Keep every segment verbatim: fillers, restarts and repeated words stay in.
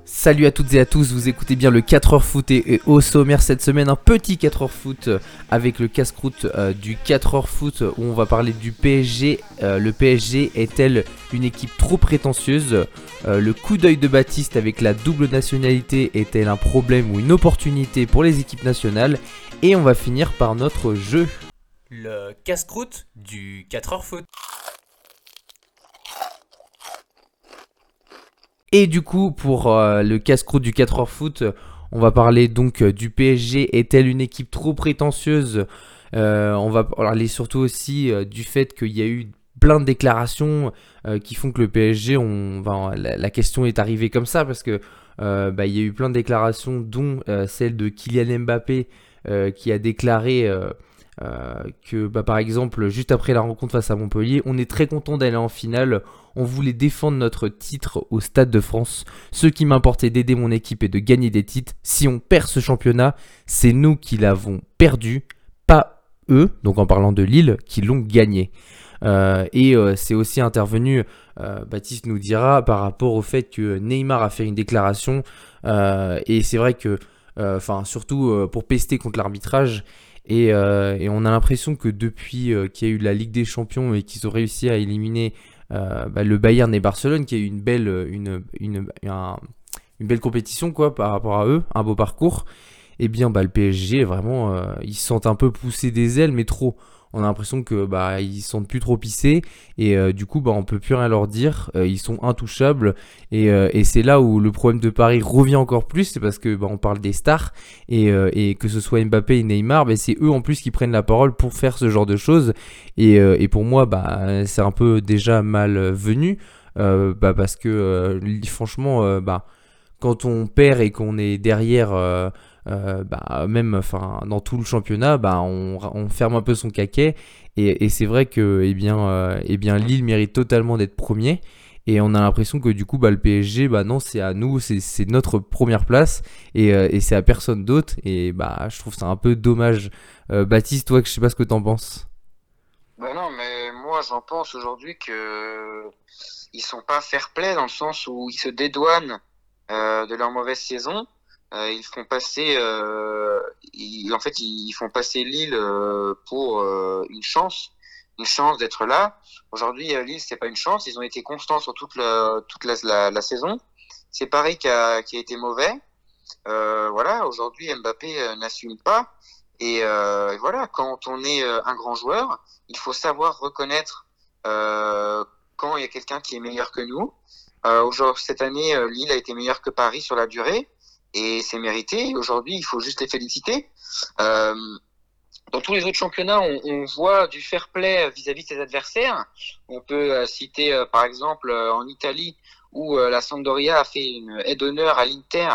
Salut à toutes et à tous, vous écoutez bien le quatre heures foot et, et au sommaire cette semaine un petit quatre heures foot euh, avec le casse-croûte euh, du quatre heures foot où on va parler du P S G. Euh, le P S G est-elle une équipe trop prétentieuse? Euh, Le coup d'œil de Baptiste avec la double nationalité est-elle un problème ou une opportunité pour les équipes nationales? Et on va finir par notre jeu. Le casse-croûte du quatre heures foot. Et du coup, pour euh, le casse-croûte du quatre heures foot, on va parler donc euh, du P S G. Est-elle une équipe trop prétentieuse? Euh, On va parler surtout aussi euh, du fait qu'il y a eu plein de déclarations euh, qui font que le P S G, on, enfin, la, la question est arrivée comme ça parce que euh, bah, il y a eu plein de déclarations, dont euh, celle de Kylian Mbappé euh, qui a déclaré euh, euh, que, bah, par exemple, juste après la rencontre face à Montpellier, on est très content d'aller en finale. On voulait défendre notre titre au Stade de France. Ce qui m'importait d'aider mon équipe et de gagner des titres. Si on perd ce championnat, c'est nous qui l'avons perdu, pas eux, donc en parlant de Lille, qui l'ont gagné. Euh, et euh, c'est aussi intervenu, euh, Baptiste nous dira, par rapport au fait que Neymar a fait une déclaration. Euh, et c'est vrai que, enfin, euh, surtout euh, pour pester contre l'arbitrage. Et, euh, et on a l'impression que depuis euh, qu'il y a eu la Ligue des Champions et qu'ils ont réussi à éliminer euh, bah, le Bayern et Barcelone, qui a eu une belle, une, une, un- une belle compétition quoi, par rapport à eux, un beau parcours, et bien bah, le P S G, vraiment, euh, ils se sentent un peu poussés des ailes, mais trop. On a l'impression que bah ils se sentent plus trop pissés et euh, du coup bah on peut plus rien leur dire. Euh, ils sont intouchables et, euh, et c'est là où le problème de Paris revient encore plus, c'est parce que bah, on parle des stars et, euh, et que ce soit Mbappé et Neymar, bah, c'est eux en plus qui prennent la parole pour faire ce genre de choses et, euh, et pour moi bah c'est un peu déjà mal venu euh, bah, parce que euh, franchement euh, bah quand on perd et qu'on est derrière, euh, euh, bah, même enfin, dans tout le championnat, bah, on, on ferme un peu son caquet. Et, et c'est vrai que eh bien, euh, eh bien, Lille mérite totalement d'être premier. Et on a l'impression que du coup, bah, le P S G, bah, non, c'est à nous, c'est, c'est notre première place. Et, euh, et c'est à personne d'autre. Et bah, je trouve ça un peu dommage. Euh, Baptiste, toi, je sais pas ce que t'en penses. Ben non, mais moi j'en pense aujourd'hui que ils sont pas fair-play dans le sens où ils se dédouanent euh, de leur mauvaise saison. Euh, ils font passer, euh, ils- en fait, ils font passer Lille euh, pour euh, une chance, une chance d'être là. Aujourd'hui, euh, Lille, c'est pas une chance. Ils ont été constants sur toute la toute la, la, la saison. C'est Paris qui a qui a été mauvais. Euh, voilà, aujourd'hui, Mbappé euh, n'assume pas. Et euh, voilà, quand on est euh, un grand joueur, il faut savoir reconnaître euh, quand il y a quelqu'un qui est meilleur que nous. Euh, aujourd'hui, cette année, euh, Lille a été meilleur que Paris sur la durée, et c'est mérité. Aujourd'hui, il faut juste les féliciter. Euh, dans tous les autres championnats, on, on voit du fair play vis-à-vis de ses adversaires. On peut euh, citer euh, par exemple euh, en Italie où euh, la Sampdoria a fait une aide d'honneur à l'Inter.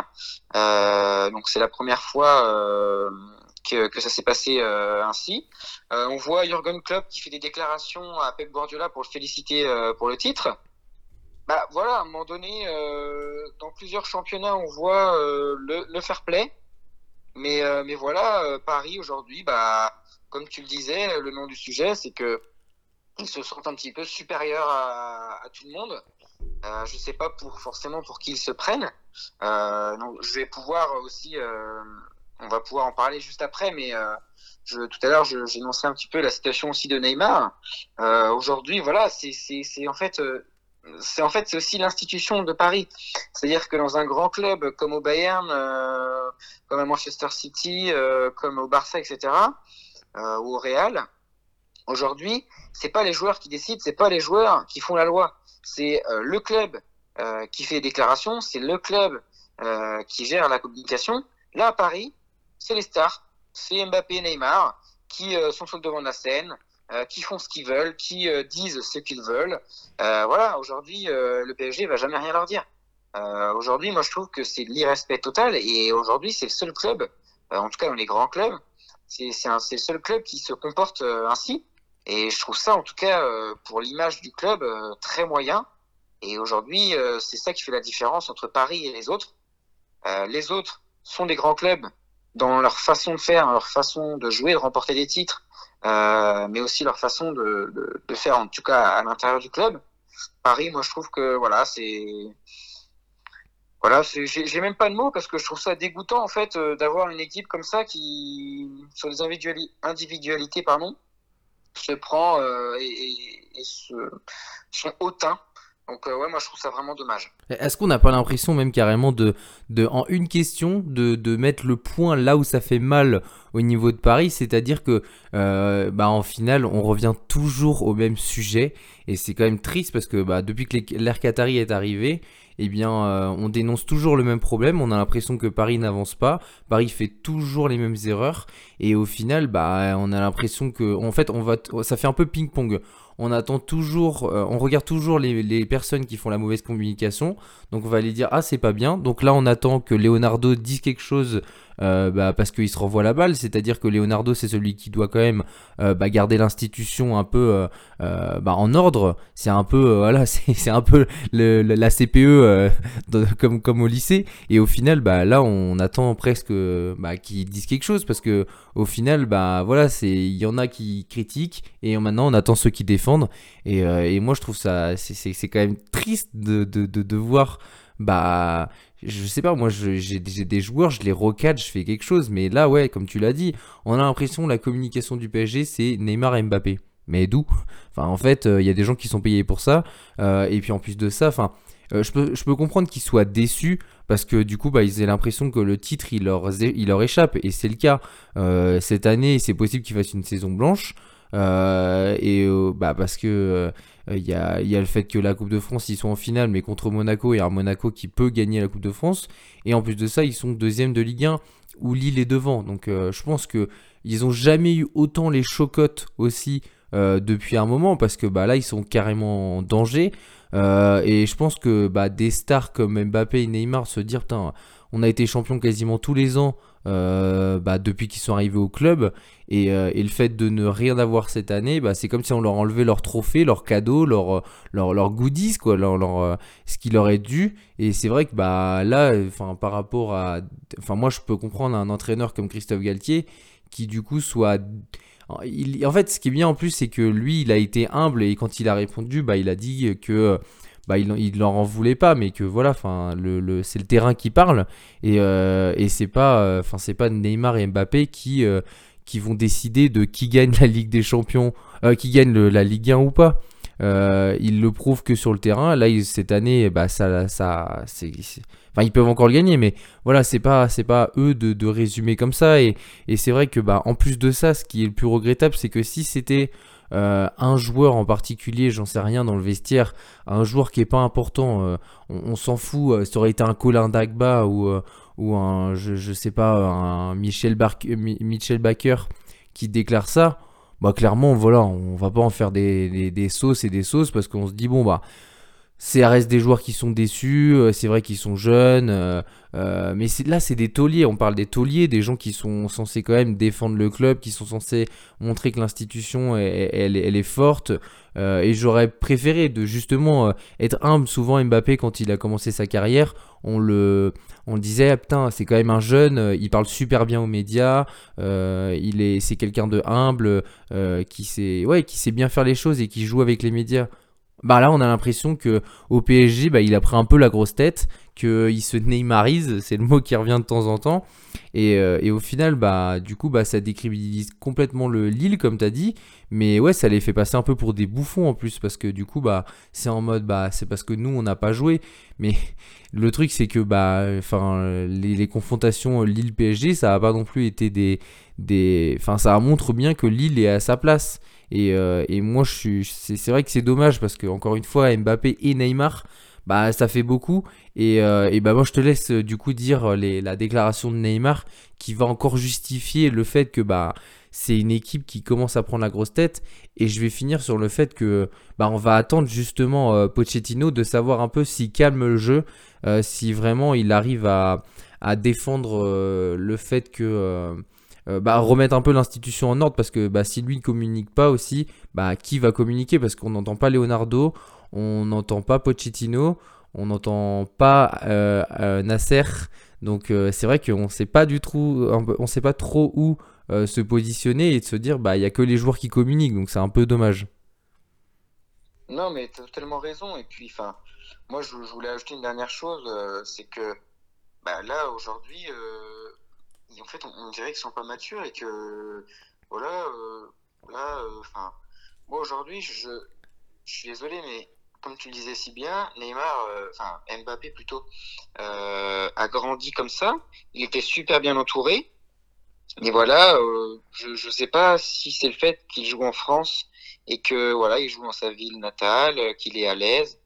Euh, donc c'est la première fois euh, que, que ça s'est passé euh, ainsi. Euh, on voit Jürgen Klopp qui fait des déclarations à Pep Guardiola pour le féliciter euh, pour le titre. Bah voilà, à un moment donné, euh, dans plusieurs championnats, on voit euh, le, le fair play. Mais, euh, mais voilà, euh, Paris aujourd'hui, bah, comme tu le disais, le nom du sujet, c'est que ils se sentent un petit peu supérieurs à, à tout le monde. Euh, je sais pas pour forcément pour qui ils se prennent. Euh, donc je vais pouvoir aussi, euh, on va pouvoir en parler juste après, mais euh, je, tout à l'heure, je- j'énonçais un petit peu la situation aussi de Neymar. Euh, aujourd'hui, voilà, c'est c'est c'est en fait euh, c'est en fait c'est aussi l'institution de Paris. C'est-à-dire que dans un grand club comme au Bayern, euh, comme à Manchester City, euh, comme au Barça, et cetera, euh, ou au Real, aujourd'hui, c'est pas les joueurs qui décident, c'est pas les joueurs qui font la loi. C'est euh, le club euh, qui fait des déclarations, c'est le club euh, qui gère la communication. Là, à Paris, c'est les stars, c'est Mbappé et Neymar qui euh, sont sur le devant de la scène, euh, qui font ce qu'ils veulent, qui euh, disent ce qu'ils veulent. Euh, voilà, aujourd'hui, euh, le P S G va jamais rien leur dire. Euh, aujourd'hui, moi, je trouve que c'est l'irrespect total. Et aujourd'hui, c'est le seul club, euh, en tout cas dans les grands clubs, c'est c'est un- c'est le seul club qui se comporte euh, ainsi. Et je trouve ça, en tout cas, euh, pour l'image du club, euh, très moyen. Et aujourd'hui, euh, c'est ça qui fait la différence entre Paris et les autres. Euh, les autres sont des grands clubs dans leur façon de faire, leur façon de jouer, de remporter des titres, euh, mais aussi leur façon de, de, de faire, en tout cas à l'intérieur du club. Paris, moi, je trouve que voilà, c'est Voilà, c'est- j'ai j'ai même pas de mots parce que je trouve ça dégoûtant en fait euh, d'avoir une équipe comme ça qui, sur les individuali- individualités, pardon, se prend euh, et, et, et se, sont hautains. Donc euh, ouais, moi je trouve ça vraiment dommage. Est-ce qu'on n'a pas l'impression même carrément de, de en une question, de, de mettre le point là où ça fait mal au niveau de Paris, c'est-à-dire que euh, bah, en finale, on revient toujours au même sujet, et c'est quand même triste parce que bah, depuis que les- l'ère Qatari est arrivé, eh bien, euh, on dénonce toujours le même problème, on a l'impression que Paris n'avance pas, Paris fait toujours les mêmes erreurs, et au final, bah, on a l'impression que, en fait, on va, t- ça fait un peu ping-pong. On attend toujours, euh, on regarde toujours les, les personnes qui font la mauvaise communication. Donc on va aller dire ah c'est pas bien. Donc là on attend que Leonardo dise quelque chose euh, bah, parce qu'il se renvoie la balle. C'est-à-dire que Leonardo c'est celui qui doit quand même euh, bah, garder l'institution un peu euh, euh, bah, en ordre. C'est un peu euh, voilà c'est c'est un peu le- le- la C P E euh, dans- comme comme au lycée. Et au final bah là on attend presque euh, bah, qu'ils disent quelque chose parce que au final bah voilà c'est il y en a qui critiquent et maintenant on attend ceux qui défendent. Et, euh, et moi je trouve ça c'est c'est c'est quand même triste de de de, de voir bah je sais pas moi je- j'ai j'ai des joueurs je les recadre je fais quelque chose mais là ouais comme tu l'as dit on a l'impression que la communication du P S G c'est Neymar et Mbappé mais d'où enfin en fait il euh, y a des gens qui sont payés pour ça euh, et puis en plus de ça enfin euh, je peux je peux comprendre qu'ils soient déçus parce que du coup bah ils aient l'impression que le titre il leur il leur échappe et c'est le cas. Euh, cette année c'est possible qu'ils fassent une saison blanche euh, et euh, bah parce que euh, il y a, y a le fait que la Coupe de France, ils sont en finale, mais contre Monaco, il y a un Monaco qui peut gagner la Coupe de France. Et en plus de ça, ils sont deuxième de Ligue un, où Lille est devant. Donc euh, je pense que ils ont jamais eu autant les chocottes aussi euh, depuis un moment, parce que bah, là, ils sont carrément en danger. Euh, et je pense que bah, des stars comme Mbappé et Neymar se dire, putain, on a été champion quasiment tous les ans euh, bah, depuis qu'ils sont arrivés au club. Et, euh, et le fait de ne rien avoir cette année, bah, c'est comme si on leur enlevait leur trophée, leur cadeau, leur, leur, leur goodies, quoi, leur, leur, euh, ce qui leur est dû. Et c'est vrai que bah, là, enfin, par rapport à. Enfin, moi, je peux comprendre un entraîneur comme Christophe Galtier qui, du coup, soit. Il, en fait, ce qui est bien en plus, c'est que lui, il a été humble et quand il a répondu, bah, il a dit que. Bah, il, il leur en voulait pas, mais que voilà, enfin, le, le, c'est le terrain qui parle et, euh, et c'est pas, enfin, c'est pas Neymar et Mbappé qui, euh, qui vont décider de qui gagne la Ligue des Champions, euh, qui gagne le- la Ligue un ou pas. Euh, ils le prouvent que sur le terrain. Là, ils- cette année, bah, ça, ça, c'est, c'est- enfin, ils peuvent encore le gagner, mais voilà, c'est pas, c'est pas eux de, de résumer comme ça. Et, et c'est vrai que, bah, en plus de ça, ce qui est le plus regrettable, c'est que si c'était euh, un joueur en particulier, j'en sais rien dans le vestiaire, un joueur qui est pas important, euh, on, on s'en fout. euh, Ça aurait été un Colin Dagba ou euh, ou un, je, je sais pas, un Michel, Bar- Mi- Michel Baker qui déclare ça, bah clairement, voilà, on va pas en faire des, des, des sauces et des sauces parce qu'on se dit, bon, bah, ça reste des joueurs qui sont déçus, euh, c'est vrai qu'ils sont jeunes, euh, euh, mais c'est- là c'est des tauliers, on parle des tauliers, des gens qui sont censés quand même défendre le club, qui sont censés montrer que l'institution elle, elle, elle est forte, euh, et j'aurais préféré de justement euh, être humble. Souvent Mbappé quand il a commencé sa carrière, on le, on le disait, ah, putain c'est quand même un jeune, euh, il parle super bien aux médias, euh, il est, c'est quelqu'un de humble, euh, qui sait, ouais, qui sait bien faire les choses et qui joue avec les médias. Bah là, on a l'impression que au P S G, bah, il a pris un peu la grosse tête, qu'il se neymarise, c'est le mot qui revient de temps en temps. Et, euh, et au final, bah, du coup, bah, ça décrédibilise complètement le Lille, comme tu as dit. Mais ouais, ça les fait passer un peu pour des bouffons en plus, parce que du coup, bah, c'est en mode, bah, c'est parce que nous, on n'a pas joué. Mais le truc, c'est que bah, enfin, les, les confrontations Lille-P S G, ça n'a pas non plus été des, des, enfin, ça montre bien que Lille est à sa place. Et, euh, et moi, je suis, c'est, c'est vrai que c'est dommage parce que encore une fois, Mbappé et Neymar, bah ça fait beaucoup. Et, euh, et bah moi, je te laisse euh, du coup dire les, la déclaration de Neymar qui va encore justifier le fait que bah c'est une équipe qui commence à prendre la grosse tête. Et je vais finir sur le fait que bah on va attendre justement euh, Pochettino de savoir un peu s'il calme le jeu, euh, si vraiment il arrive à, à défendre euh, le fait que euh, euh, bah, remettre un peu l'institution en ordre parce que bah, si lui ne communique pas aussi, bah, qui va communiquer parce qu'on n'entend pas Leonardo, on n'entend pas Pochettino, on n'entend pas euh, euh, Nasser. Donc euh, c'est vrai qu'on sait pas du tout, on sait pas trop où euh, se positionner et de se dire bah il y a que les joueurs qui communiquent donc c'est un peu dommage. Non, mais t'as totalement raison. Et puis, enfin. moi, je, je voulais ajouter une dernière chose, euh, c'est que bah, là, aujourd'hui, euh, en fait, on, on dirait qu'ils sont pas matures et que, voilà, euh, là, enfin, moi, aujourd'hui, je, je suis désolé, mais comme tu le disais si bien, Neymar, euh, enfin, Mbappé plutôt, euh, a grandi comme ça. Il était super bien entouré. Et voilà, euh, je je sais pas si c'est le fait qu'il joue en France et que voilà, il joue dans sa ville natale, euh, qu'il est à l'aise.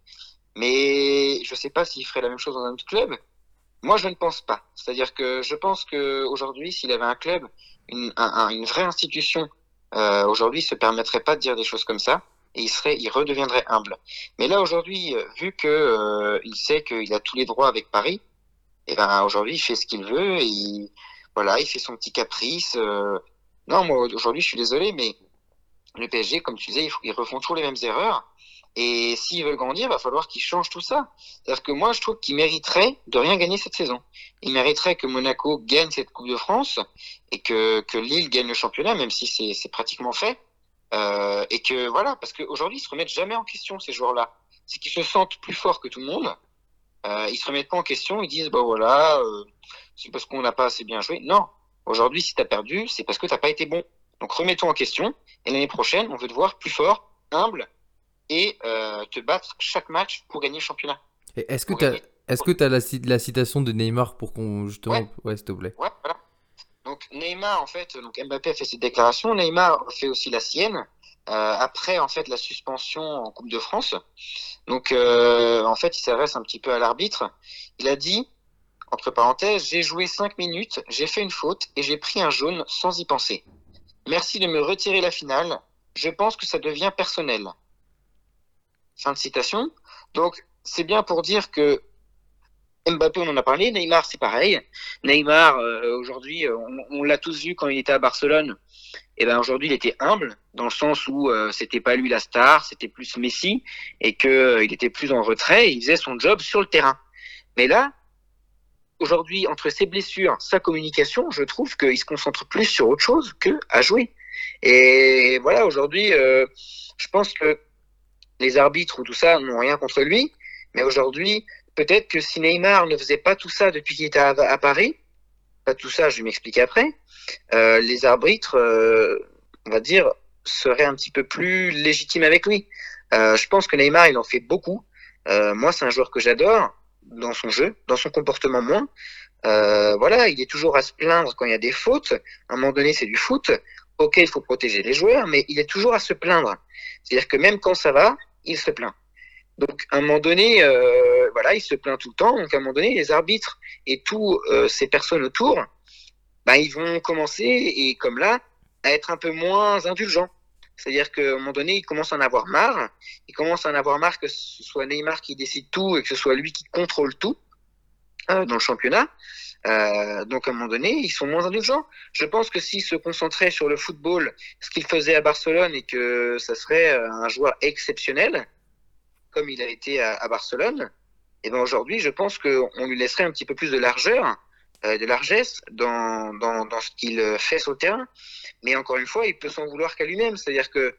Mais je sais pas s'il ferait la même chose dans un autre club. Moi, je ne pense pas. C'est-à-dire que je pense que aujourd'hui, s'il avait un club, une, un- un- une vraie institution, euh, aujourd'hui, il se permettrait pas de dire des choses comme ça et il serait, il redeviendrait humble. Mais là, aujourd'hui, euh, vu que euh, il sait qu'il a tous les droits avec Paris, et ben aujourd'hui, il fait ce qu'il veut et il, voilà, il fait son petit caprice. euh. Non, moi aujourd'hui, je suis désolé, mais le P S G, comme tu disais, ils, f- ils refont toujours les mêmes erreurs. Et s'ils veulent grandir, il va falloir qu'ils changent tout ça. C'est-à-dire que moi, je trouve qu'ils mériteraient de rien gagner cette saison. Ils mériteraient que Monaco gagne cette Coupe de France et que, que Lille gagne le championnat, même si c'est c'est pratiquement fait. Euh, et que voilà, parce qu'aujourd'hui, ils se remettent jamais en question, ces joueurs-là. C'est qu'ils se sentent plus forts que tout le monde. Euh, ils se remettent pas en question, ils disent bah voilà, euh, c'est parce qu'on n'a pas assez bien joué. Non, aujourd'hui si t'as perdu, c'est parce que t'as pas été bon. Donc remets-toi en question et l'année prochaine, on veut te voir plus fort, humble et euh, te battre chaque match pour gagner le championnat. Et est-ce que Pour tu as, gagner. est-ce que t'as la, ci- la citation de Neymar pour qu'on Ouais, justement. Ouais, s'il te plaît. ouais, voilà. Donc Neymar en fait, donc Mbappé a fait cette déclaration, Neymar fait aussi la sienne. Euh, après en fait la suspension en Coupe de France. Donc euh, en fait, il s'adresse un petit peu à l'arbitre. Il a dit entre parenthèses, j'ai joué cinq minutes, j'ai fait une faute et j'ai pris un jaune sans y penser. Merci de me retirer la finale. Je pense que ça devient personnel. Fin de citation. Donc, c'est bien pour dire que Mbappé, on en a parlé. Neymar, c'est pareil. Neymar, euh, aujourd'hui, euh, on, on l'a tous vu quand il était à Barcelone. Et ben aujourd'hui, il était humble dans le sens où euh, c'était pas lui la star, c'était plus Messi et que euh, il était plus en retrait. Et il faisait son job sur le terrain. Mais là, aujourd'hui, entre ses blessures, sa communication, je trouve qu'il se concentre plus sur autre chose que à jouer. Et voilà, aujourd'hui, euh, je pense que les arbitres ou tout ça n'ont rien contre lui, mais aujourd'hui, peut-être que si Neymar ne faisait pas tout ça depuis qu'il était à, à Paris, pas tout ça, je vais m'expliquer après, euh, les arbitres, euh, on va dire, seraient un petit peu plus légitimes avec lui. Euh, je pense que Neymar, il en fait beaucoup. Euh, moi, c'est un joueur que j'adore dans son jeu, dans son comportement moins. Euh, voilà, il est toujours à se plaindre quand il y a des fautes. À un moment donné, c'est du foot. Ok, il faut protéger les joueurs, mais il est toujours à se plaindre. C'est-à-dire que même quand ça va, il se plaint. Donc, à un moment donné, euh, voilà, il se plaint tout le temps. Donc, à un moment donné, les arbitres et tous euh, ces personnes autour, bah, ils vont commencer, et comme là, à être un peu moins indulgents. C'est-à-dire qu'à un moment donné, ils commencent à en avoir marre. Ils commencent à en avoir marre que ce soit Neymar qui décide tout et que ce soit lui qui contrôle tout euh, dans le championnat. Euh, donc à un moment donné, ils sont moins indulgents. Je pense que s'ils se concentraient sur le football, ce qu'il faisait à Barcelone, et que ça serait euh, un joueur exceptionnel, comme il a été à, à Barcelone, et ben aujourd'hui, je pense qu'on lui laisserait un petit peu plus de largeur, euh, de largesse dans, dans, dans ce qu'il fait sur le terrain. Mais encore une fois, il peut s'en vouloir qu'à lui-même. C'est-à-dire que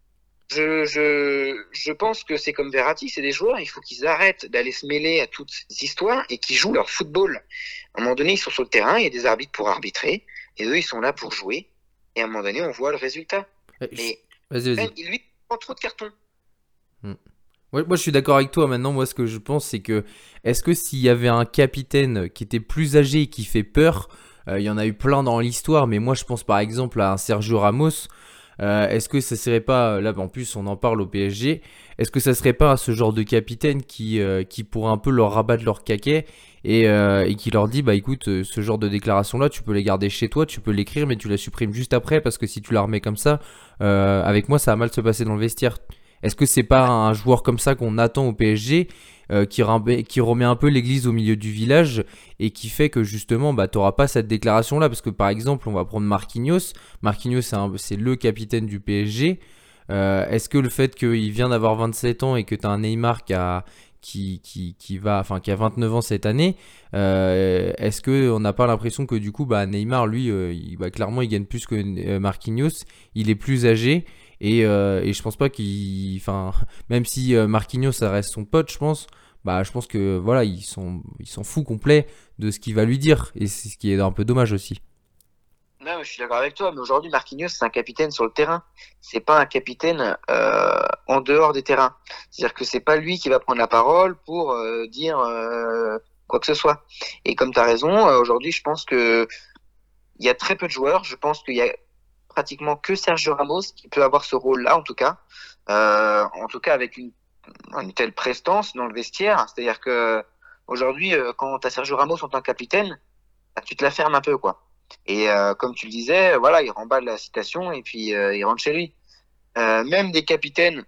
je, je, je pense que c'est comme Verratti, c'est des joueurs, il faut qu'ils arrêtent d'aller se mêler à toutes ces histoires et qu'ils jouent leur football. À un moment donné, ils sont sur le terrain, il y a des arbitres pour arbitrer, et eux, ils sont là pour jouer. Et à un moment donné, on voit le résultat. Eh, je- Mais Vas-y, vas-y. il lui prend trop de cartons. Hmm. Ouais, moi, je suis d'accord avec toi. Maintenant, moi, ce que je pense, c'est que est-ce que s'il y avait un capitaine qui était plus âgé et qui fait peur, euh, il y en a eu plein dans l'histoire, mais moi, je pense par exemple à un Sergio Ramos. Euh, est-ce que ça serait pas, là en plus on en parle au P S G, est-ce que ça serait pas ce genre de capitaine qui, euh, qui pourrait un peu leur rabattre leur caquet et, euh, et qui leur dit bah écoute, euh, ce genre de déclaration là tu peux les garder chez toi, tu peux l'écrire mais tu la supprimes juste après parce que si tu la remets comme ça, euh, avec moi ça va mal se passer dans le vestiaire. Est-ce que c'est pas un joueur comme ça qu'on attend au P S G, euh, qui, remet, qui remet un peu l'église au milieu du village et qui fait que justement bah, tu n'auras pas cette déclaration là? Parce que par exemple, on va prendre Marquinhos. Marquinhos, c'est, un- c'est le capitaine du P S G. Euh, est-ce que le fait qu'il vient d'avoir vingt-sept ans et que tu as un Neymar qui a, qui, qui, qui, va, enfin, qui a vingt-neuf ans cette année, euh, est-ce qu'on n'a pas l'impression que du coup bah, Neymar, lui, euh, il, bah, clairement, il gagne plus que euh, Marquinhos, il est plus âgé et, euh, et je pense pas qu'il. Enfin, même si euh, Marquinhos, ça reste son pote, je pense. bah, je pense que voilà, ils sont, ils s'en fout complet de ce qu'il va lui dire. Et c'est ce qui est un peu dommage aussi. Non, mais je suis d'accord avec toi, mais aujourd'hui, Marquinhos, c'est un capitaine sur le terrain. C'est pas un capitaine euh, en dehors des terrains. C'est-à-dire que c'est pas lui qui va prendre la parole pour euh, dire euh, quoi que ce soit. Et comme tu as raison, euh, aujourd'hui, je pense que il y a très peu de joueurs. Je pense qu'il y a pratiquement que Sergio Ramos qui peut avoir ce rôle-là, en tout cas. Euh, en tout cas, avec une, une telle prestance dans le vestiaire. C'est-à-dire que aujourd'hui, euh, quand tu as Sergio Ramos en tant que capitaine, bah, tu te la fermes un peu, quoi. Et euh, comme tu le disais, voilà, il remballe la citation et puis euh, il rentre chez lui. Euh, même des capitaines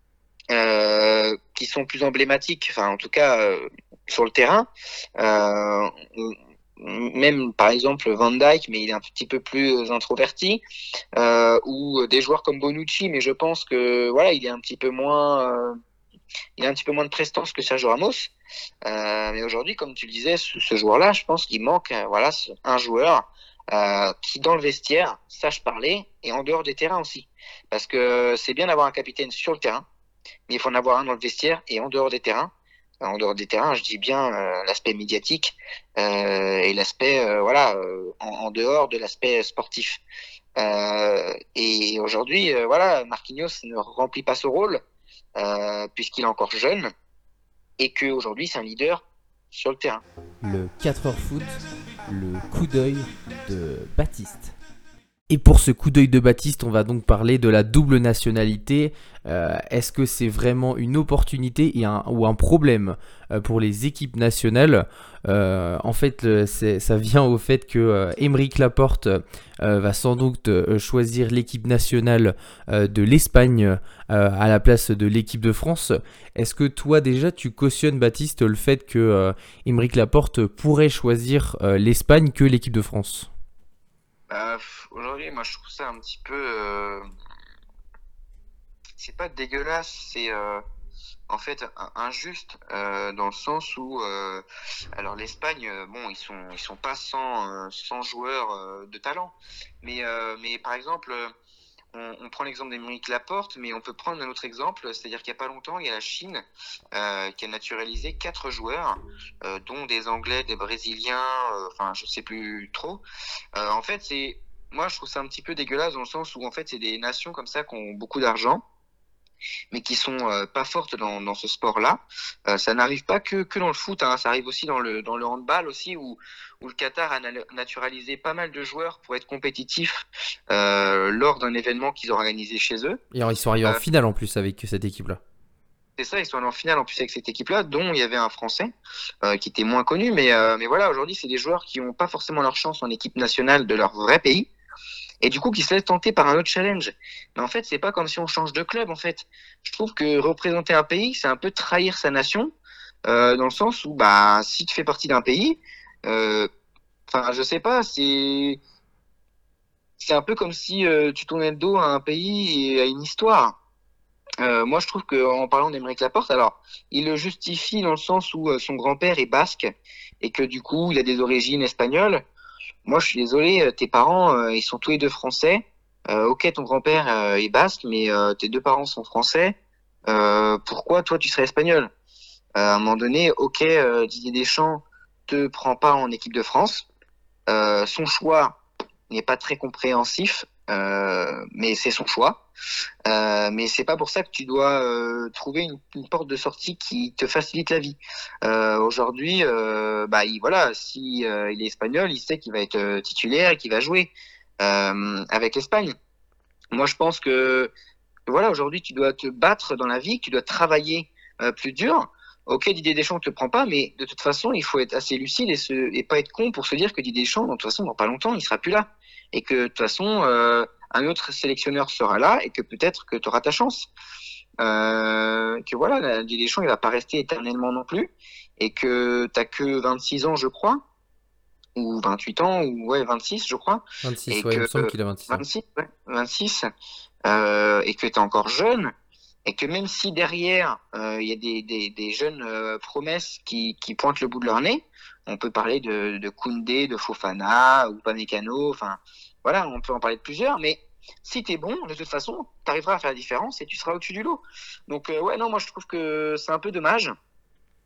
euh, qui sont plus emblématiques, enfin en tout cas euh, sur le terrain, euh, même par exemple Van Dijk, mais il est un petit peu plus introverti, euh, ou des joueurs comme Bonucci, mais je pense que voilà, il est un petit peu moins, euh, il a un petit peu moins de prestance que Sergio Ramos. Euh, mais aujourd'hui, comme tu le disais, ce, ce joueur-là, je pense qu'il manque, euh, voilà, ce- un joueur euh, qui, dans le vestiaire, sache parler et en dehors des terrains aussi. Parce que c'est bien d'avoir un capitaine sur le terrain, mais il faut en avoir un dans le vestiaire et en dehors des terrains. Euh, En dehors des terrains, je dis bien euh, l'aspect médiatique euh, et l'aspect, euh, voilà, euh, en, en dehors de l'aspect sportif. Euh, et aujourd'hui, euh, voilà, Marquinhos ne remplit pas ce rôle euh, puisqu'il est encore jeune et qu'aujourd'hui c'est un leader sur le terrain. Le quatre heures foot, le coup d'œil de Baptiste. Et pour ce coup d'œil de Baptiste, on va donc parler de la double nationalité. Euh, est-ce que c'est vraiment une opportunité et un, ou un problème euh, pour les équipes nationales? Euh, En fait, le- c'est- ça vient au fait que euh, Aymeric Laporte euh, va sans doute euh, choisir l'équipe nationale euh, de l'Espagne euh, à la place de l'équipe de France. Est-ce que toi déjà tu cautionnes, Baptiste, le fait que euh, Aymeric Laporte pourrait choisir euh, l'Espagne que l'équipe de France? Bah, pff, aujourd'hui, moi je trouve ça un petit peu, euh, c'est pas dégueulasse, c'est euh, en fait un- injuste euh, dans le sens où, euh, alors l'Espagne, euh, bon, ils sont ils sont pas sans euh, sans joueurs euh, de talent, mais euh, mais par exemple. euh, On, on prend l'exemple d'Émeric Laporte, mais on peut prendre un autre exemple, c'est-à-dire qu'il n'y a pas longtemps, il y a la Chine euh, qui a naturalisé quatre joueurs, euh, dont des Anglais, des Brésiliens, euh, enfin je sais plus trop. Euh, en fait, c'est, moi je trouve ça un petit peu dégueulasse dans le sens où en fait c'est des nations comme ça qui ont beaucoup d'argent, mais qui sont euh, pas fortes dans, dans ce sport-là. Euh, ça n'arrive pas que, que dans le foot, hein, ça arrive aussi dans le, dans le handball aussi, où, où le Qatar a na- naturalisé pas mal de joueurs pour être compétitifs euh, lors d'un événement qu'ils ont organisé chez eux. Et alors, ils sont arrivés en Euh, finale en plus avec cette équipe-là. c'est ça, ils sont allés en finale en plus avec cette équipe-là, dont il y avait un Français euh, qui était moins connu, mais, euh, mais voilà, aujourd'hui, c'est des joueurs qui n'ont pas forcément leur chance en équipe nationale de leur vrai pays, et du coup, qui se laissent tenter par un autre challenge. Mais en fait, c'est pas comme si on change de club, en fait. Je trouve que représenter un pays, c'est un peu trahir sa nation, euh, dans le sens où, bah, si tu fais partie d'un pays, euh, enfin, je sais pas, c'est c'est un peu comme si euh, tu tournais le dos à un pays et à une histoire. Euh, moi, je trouve qu'en parlant d'Aymeric Laporte, alors, il le justifie dans le sens où euh, son grand-père est basque et que du coup, il a des origines espagnoles. Moi, je suis désolé, euh, tes parents, euh, ils sont tous les deux français. Euh, ok, ton grand-père euh, est basque, mais euh, tes deux parents sont français. Euh, pourquoi toi, tu serais espagnol? Euh, à un moment donné, ok, euh, Didier Deschamps te prend pas en équipe de France. Euh, son choix n'est pas très compréhensif, euh, mais c'est son choix. Euh, mais c'est pas pour ça que tu dois euh, trouver une, une porte de sortie qui te facilite la vie. Euh, aujourd'hui, euh, bah il, voilà, si euh, il est espagnol, il sait qu'il va être euh, titulaire et qu'il va jouer euh, avec l'Espagne. Moi, je pense que voilà, aujourd'hui, tu dois te battre dans la vie, tu dois travailler euh, plus dur. Ok, Didier Deschamps ne te prend pas, mais de toute façon, il faut être assez lucide et, se, et pas être con pour se dire que Didier Deschamps, de toute façon, dans pas longtemps, il sera plus là. Et que de toute façon, euh, un autre sélectionneur sera là et que peut-être que tu auras ta chance. Euh, que voilà, la- Didier Deschamps, il va pas rester éternellement non plus. Et que t'as que vingt-six ans, je crois, ou vingt-huit ans, ou ouais, vingt-six, je crois. vingt-six, Et ouais, il me que semble qu'il a vingt-six ans. vingt-six, ouais, vingt-six, euh, et que tu es encore jeune, et que même si derrière, euh, il y a des, des, des jeunes euh, promesses qui, qui pointent le bout de leur nez, on peut parler de, de Koundé, de Fofana, ou Pamecano, enfin, voilà, on peut en parler de plusieurs, mais si tu es bon, de toute façon, tu arriveras à faire la différence et tu seras au-dessus du lot. Donc, euh, ouais, non, moi je trouve que c'est un peu dommage.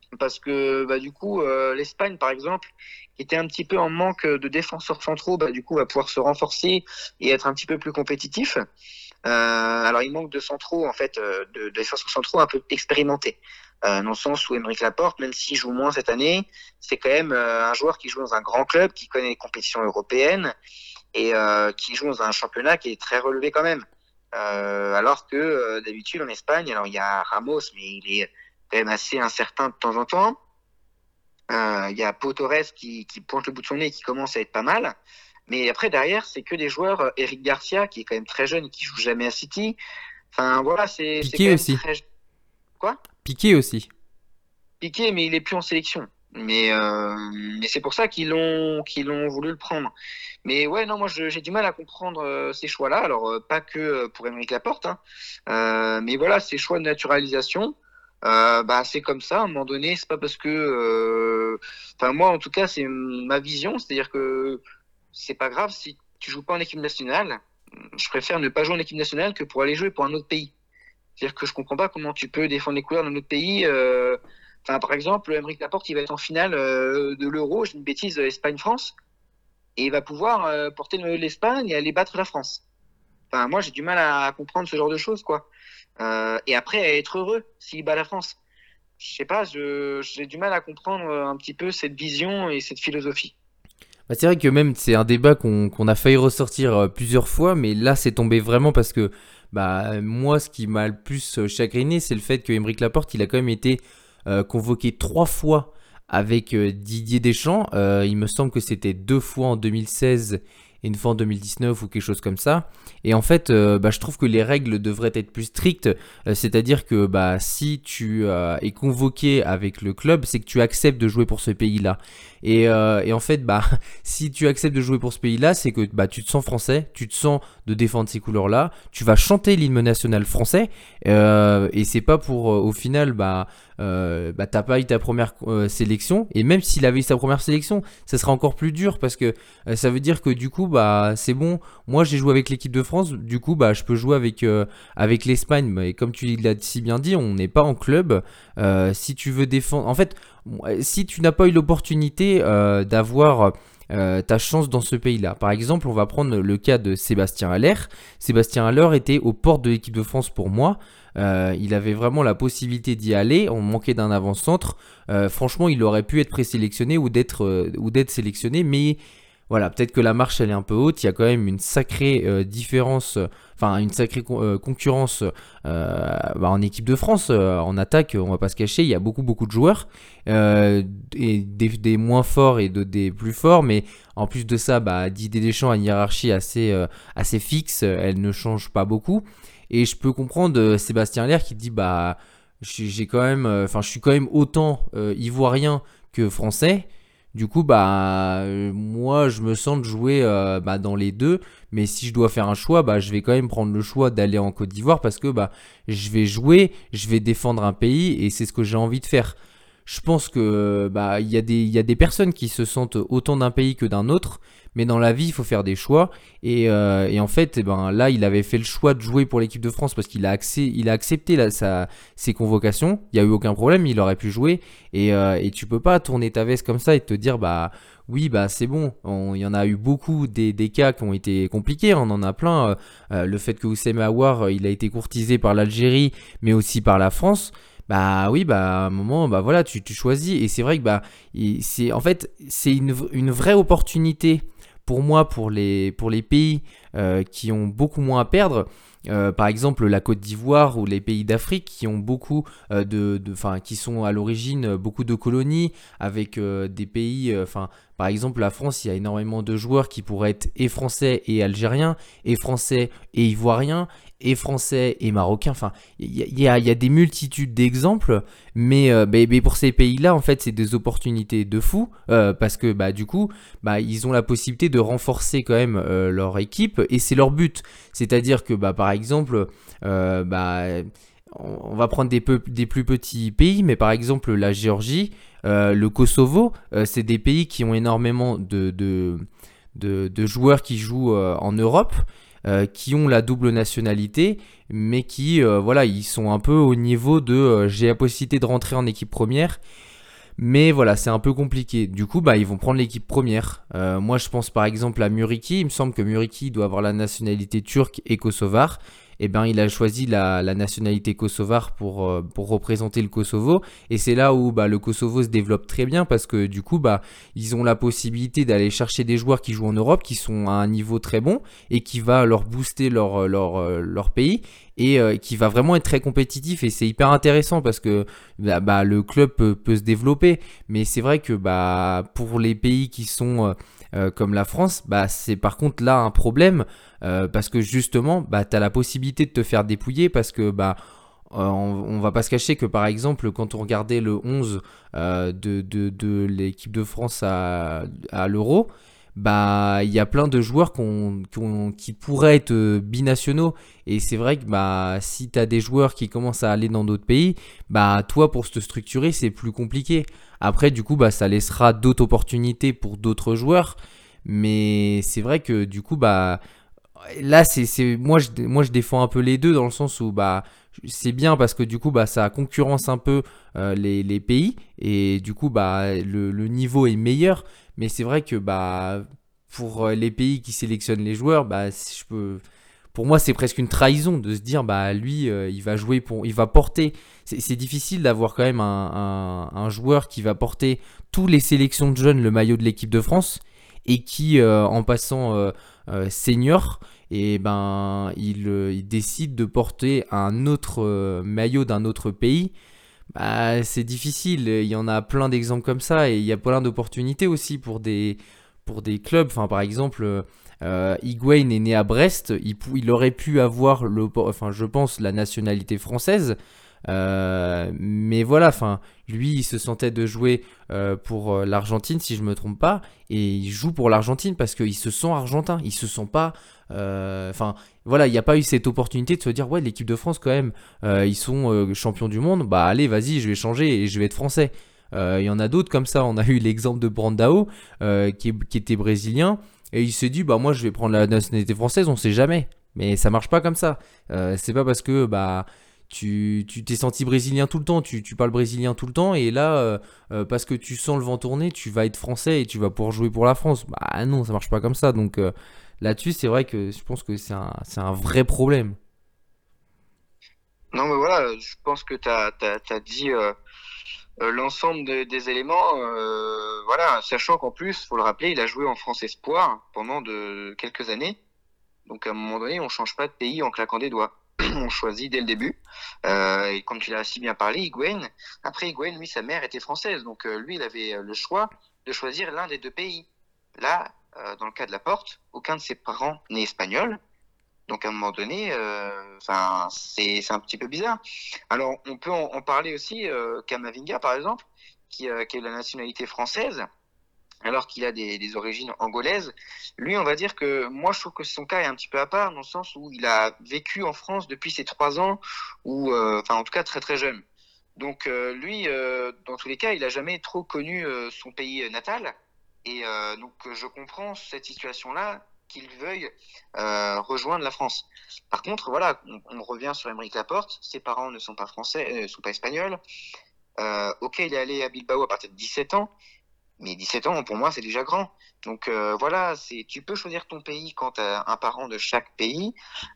parce que bah, du coup, euh, l'Espagne, par exemple, qui était un petit peu en manque de défenseurs centraux, bah, du coup, va pouvoir se renforcer et être un petit peu plus compétitif. Euh, alors, il manque de centraux, en fait, euh, de, de défenseurs centraux un peu expérimentés. Euh, dans le sens où Aymeric Laporte, même s'il joue moins cette année, c'est quand même euh, un joueur qui joue dans un grand club, qui connaît les compétitions européennes et euh, qui joue dans un championnat qui est très relevé quand même. Euh, alors que euh, d'habitude en Espagne, alors il y a Ramos, mais il est quand même assez incertain de temps en temps. Euh, Il y a Pau Torres qui, qui pointe le bout de son nez et qui commence à être pas mal. Mais après, derrière, c'est que des joueurs. euh, Eric Garcia, qui est quand même très jeune et qui joue jamais à City. Enfin, voilà, c'est c'est quand Piqué même aussi. très. Quoi? Piqué aussi. Piqué, mais il est plus en sélection. Mais, euh, mais c'est pour ça qu'ils l'ont qu'ils l'ont voulu le prendre. Mais ouais, non, moi je- j'ai du mal à comprendre euh, ces choix-là. Alors euh, pas que euh, pour Aymeric Laporte, hein. Euh, mais voilà, ces choix de naturalisation, euh, bah c'est comme ça. À un moment donné, c'est pas parce que, euh, enfin moi en tout cas c'est ma vision, c'est-à-dire que c'est pas grave si tu joues pas en équipe nationale. Je préfère ne pas jouer en équipe nationale que pour aller jouer pour un autre pays. C'est-à-dire que je comprends pas comment tu peux défendre les couleurs d'un autre pays. euh, Enfin, par exemple, Aymeric Laporte, il va être en finale euh, de l'Euro, j'ai une bêtise, euh, Espagne-France, et il va pouvoir euh, porter le- l'Espagne et aller battre la France. Enfin, moi, j'ai du mal à comprendre ce genre de choses, quoi. Euh, et après, à être heureux s'il bat la France. Je sais pas, je, j'ai du mal à comprendre euh, un petit peu cette vision et cette philosophie. Bah, c'est vrai que même c'est un débat qu'on qu'on a failli ressortir euh, plusieurs fois, mais là c'est tombé vraiment parce que bah moi ce qui m'a le plus euh, chagriné, c'est le fait que Aymeric Laporte il a quand même été euh, convoqué trois fois avec euh, Didier Deschamps. Euh, il me semble que c'était deux fois en deux mille seize et une fois en deux mille dix-neuf ou quelque chose comme ça. Et en fait, euh, bah, je trouve que les règles devraient être plus strictes. Euh, c'est-à-dire que bah, si tu euh, es convoqué avec le club, c'est que tu acceptes de jouer pour ce pays-là. Et, euh, et en fait, bah, si tu acceptes de jouer pour ce pays-là, c'est que bah, tu te sens français, tu te sens de défendre ces couleurs-là, tu vas chanter l'hymne national français, euh, et c'est pas pour, euh, au final, bah, euh, bah, t'as pas eu ta première euh, sélection, et même s'il avait eu sa première sélection, ça serait encore plus dur parce que euh, ça veut dire que du coup, bah, c'est bon, moi j'ai joué avec l'équipe de France, du coup, bah, je peux jouer avec, euh, avec l'Espagne, et comme tu l'as si bien dit, on n'est pas en club. Euh, si tu veux défendre, en fait, si tu n'as pas eu l'opportunité euh, d'avoir euh, ta chance dans ce pays-là. Par exemple, on va prendre le cas de Sébastien Haller. Sébastien Haller était aux portes de l'équipe de France pour moi. Euh, il avait vraiment la possibilité d'y aller. On manquait d'un avant-centre. Euh, franchement, il aurait pu être présélectionné ou d'être euh, ou d'être sélectionné, mais voilà, peut-être que la marche elle est un peu haute. Il y a quand même une sacrée euh, différence, euh, enfin une sacrée con- euh, concurrence euh, bah, en équipe de France. Euh, en attaque, on va pas se cacher, il y a beaucoup beaucoup de joueurs, euh, et des, des moins forts et de, des plus forts. Mais en plus de ça, bah, Didier Deschamps a une hiérarchie assez, euh, assez fixe, elle ne change pas beaucoup. Et je peux comprendre euh, Sébastien Haller qui dit bah j'ai j'ai quand même, enfin je suis quand même autant euh, ivoirien que français. Du coup, bah, euh, moi, je me sens de jouer euh, bah, dans les deux. Mais si je dois faire un choix, bah, je vais quand même prendre le choix d'aller en Côte d'Ivoire parce que bah, je vais jouer, je vais défendre un pays et c'est ce que j'ai envie de faire. Je pense que bah, il y a des, il y a des personnes qui se sentent autant d'un pays que d'un autre. Mais dans la vie, il faut faire des choix. Et, euh, et en fait, eh ben, là, il avait fait le choix de jouer pour l'équipe de France parce qu'il a, accé- il a accepté la- sa, ses convocations. Il n'y a eu aucun problème, il aurait pu jouer. Et, euh, et tu peux pas tourner ta veste comme ça et te dire, bah oui, bah c'est bon. On- Il y en a eu beaucoup des, des cas qui ont été compliqués, hein, on en a plein. Euh, euh, le fait que Oussem Aouar, euh, il a été courtisé par l'Algérie, mais aussi par la France. Bah oui, bah à un moment, bah voilà, tu, tu choisis. Et c'est vrai que bah, il- c'est, en fait, c'est une, v- une vraie opportunité pour moi, pour les, pour les pays euh, qui ont beaucoup moins à perdre. Euh, par exemple la Côte d'Ivoire ou les pays d'Afrique qui ont beaucoup euh, de, de, enfin, qui sont à l'origine euh, beaucoup de colonies avec euh, des pays, euh, enfin, par exemple la France, il y a énormément de joueurs qui pourraient être et français et algériens, et français et ivoiriens, et français et marocains. Enfin, il y, a- il y a, il y a des multitudes d'exemples, mais, euh, mais- mais pour ces pays-là, en fait, c'est des opportunités de fou euh, parce que bah du coup, bah ils ont la possibilité de renforcer quand même euh, leur équipe et c'est leur but. C'est-à-dire que bah par exemple, euh, bah on on va prendre des, peu- des plus petits pays, mais par exemple la Géorgie, euh, le Kosovo, euh, c'est des pays qui ont énormément de, de, de, de joueurs qui jouent euh, en Europe, euh, qui ont la double nationalité, mais qui, euh, voilà, ils sont un peu au niveau de euh, j'ai la possibilité de rentrer en équipe première. Mais voilà, c'est un peu compliqué. Du coup, bah, ils vont prendre l'équipe première. Euh, moi, je pense par exemple à Muriqi. Il me semble que Muriqi doit avoir la nationalité turque et kosovare. Eh ben, il a choisi la, la nationalité kosovare pour, euh, pour représenter le Kosovo. Et c'est là où bah, le Kosovo se développe très bien parce que du coup, bah, ils ont la possibilité d'aller chercher des joueurs qui jouent en Europe, qui sont à un niveau très bon et qui va leur booster leur, leur, leur pays et euh, qui va vraiment être très compétitif. Et c'est hyper intéressant parce que bah, bah, le club peut, peut se développer. Mais c'est vrai que bah, pour les pays qui sont... Euh, Euh, comme la France, bah, c'est par contre là un problème euh, parce que justement, bah, tu as la possibilité de te faire dépouiller parce que bah, euh, on, on va pas se cacher que par exemple, quand on regardait le onze euh, de, de, de l'équipe de France à, à l'Euro, bah il y a plein de joueurs qu'on, qu'on, qui pourraient être euh, binationaux et c'est vrai que bah si tu as des joueurs qui commencent à aller dans d'autres pays, bah toi pour te structurer c'est plus compliqué. Après du coup bah ça laissera d'autres opportunités pour d'autres joueurs, mais c'est vrai que du coup bah là c'est, c'est moi je moi je défends un peu les deux dans le sens où bah c'est bien parce que du coup bah ça concurrence un peu euh, les, les pays et du coup bah le, le niveau est meilleur, mais c'est vrai que bah pour les pays qui sélectionnent les joueurs bah si je peux pour moi c'est presque une trahison de se dire bah lui euh, il va jouer pour il va porter c'est, c'est difficile d'avoir quand même un, un, un joueur qui va porter tous les sélections de jeunes le maillot de l'équipe de France et qui euh, en passant euh, euh, senior et ben il, euh, il décide de porter un autre euh, maillot d'un autre pays. Bah, c'est difficile, il y en a plein d'exemples comme ça et il y a plein d'opportunités aussi pour des, pour des clubs. Enfin, par exemple, euh, Higuaín est né à Brest, il, pou- il aurait pu avoir, le, enfin, je pense, la nationalité française. Euh, mais voilà, enfin, lui, il se sentait de jouer euh, pour euh, l'Argentine, si je me trompe pas, et il joue pour l'Argentine parce qu'il se sent argentin, il se sent pas. euh, Enfin, voilà, il n'y a pas eu cette opportunité de se dire ouais, l'équipe de France quand même, euh, ils sont euh, champions du monde, bah allez, vas-y, je vais changer et je vais être français. Euh, Il y en a d'autres comme ça. On a eu l'exemple de Brandao euh, qui, est- qui était brésilien et il s'est dit bah moi je vais prendre la nationalité française, on sait jamais. Mais ça marche pas comme ça. Euh, c'est pas parce que bah tu tu t'es senti brésilien tout le temps, tu, tu parles brésilien tout le temps, et là, euh, euh, parce que tu sens le vent tourner, tu vas être français et tu vas pouvoir jouer pour la France. Bah non, ça marche pas comme ça. Donc euh, là-dessus, c'est vrai que je pense que c'est un, c'est un vrai problème. Non, mais voilà, je pense que tu as dit euh, euh, l'ensemble de- des éléments. Euh, voilà, sachant qu'en plus, faut le rappeler, il a joué en France Espoir pendant de quelques années. Donc à un moment donné, on change pas de pays en claquant des doigts. On choisit dès le début. Euh, et comme tu l'as si bien parlé, Higuaín. Après, Higuaín, lui, sa mère était française. Donc euh, lui, il avait euh, le choix de choisir l'un des deux pays. Là, euh, dans le cas de Laporte, aucun de ses parents n'est espagnol. Donc à un moment donné, euh, enfin, c'est c'est un petit peu bizarre. Alors on peut en, en parler aussi, euh, Camavinga par exemple, qui, euh, qui a la nationalité française, alors qu'il a des, des origines angolaises. Lui, on va dire que moi je trouve que son cas est un petit peu à part dans le sens où il a vécu en France depuis ses trois ans, ou euh, enfin en tout cas très très jeune. Donc euh, lui, euh, dans tous les cas, il a jamais trop connu euh, son pays natal. Et euh, donc je comprends cette situation-là qu'il veuille euh, rejoindre la France. Par contre, voilà, on, on revient sur Aymeric Laporte. Ses parents ne sont pas français, ne sont pas espagnols. Euh, ok, il est allé à Bilbao à partir de dix-sept ans, mais dix-sept ans pour moi c'est déjà grand. Donc euh, voilà, c'est tu peux choisir ton pays quand tu as un parent de chaque pays.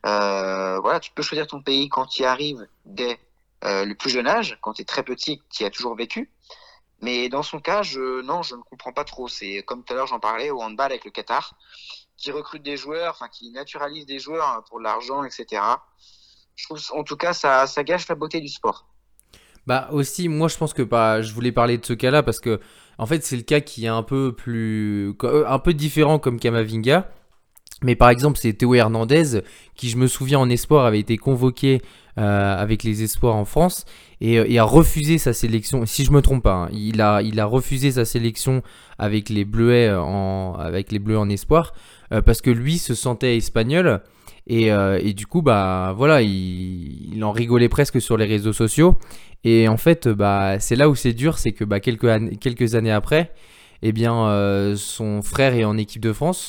Euh, voilà, tu peux choisir ton pays quand tu y arrives dès euh, le plus jeune âge, quand tu es très petit, tu y as toujours vécu. Mais dans son cas, je, non, je ne comprends pas trop. C'est comme tout à l'heure, j'en parlais au handball avec le Qatar, qui recrute des joueurs, enfin qui naturalise des joueurs hein, pour de l'argent, et cetera. Je trouve, en tout cas, ça, ça gâche la beauté du sport. Bah aussi, moi je pense que bah, je voulais parler de ce cas-là parce que en fait c'est le cas qui est un peu plus, un peu différent comme Camavinga. Mais par exemple, c'est Théo Hernandez qui, je me souviens, en espoir avait été convoqué euh, avec les espoirs en France et, euh, et a refusé sa sélection. Si je me trompe pas, hein, il a, il a refusé sa sélection avec les Bleuets en, avec les Bleus en espoir euh, parce que lui se sentait espagnol et, euh, et du coup, bah voilà, il, il en rigolait presque sur les réseaux sociaux. Et en fait, bah c'est là où c'est dur, c'est que bah quelques, an- quelques années après, eh bien, euh, son frère est en équipe de France.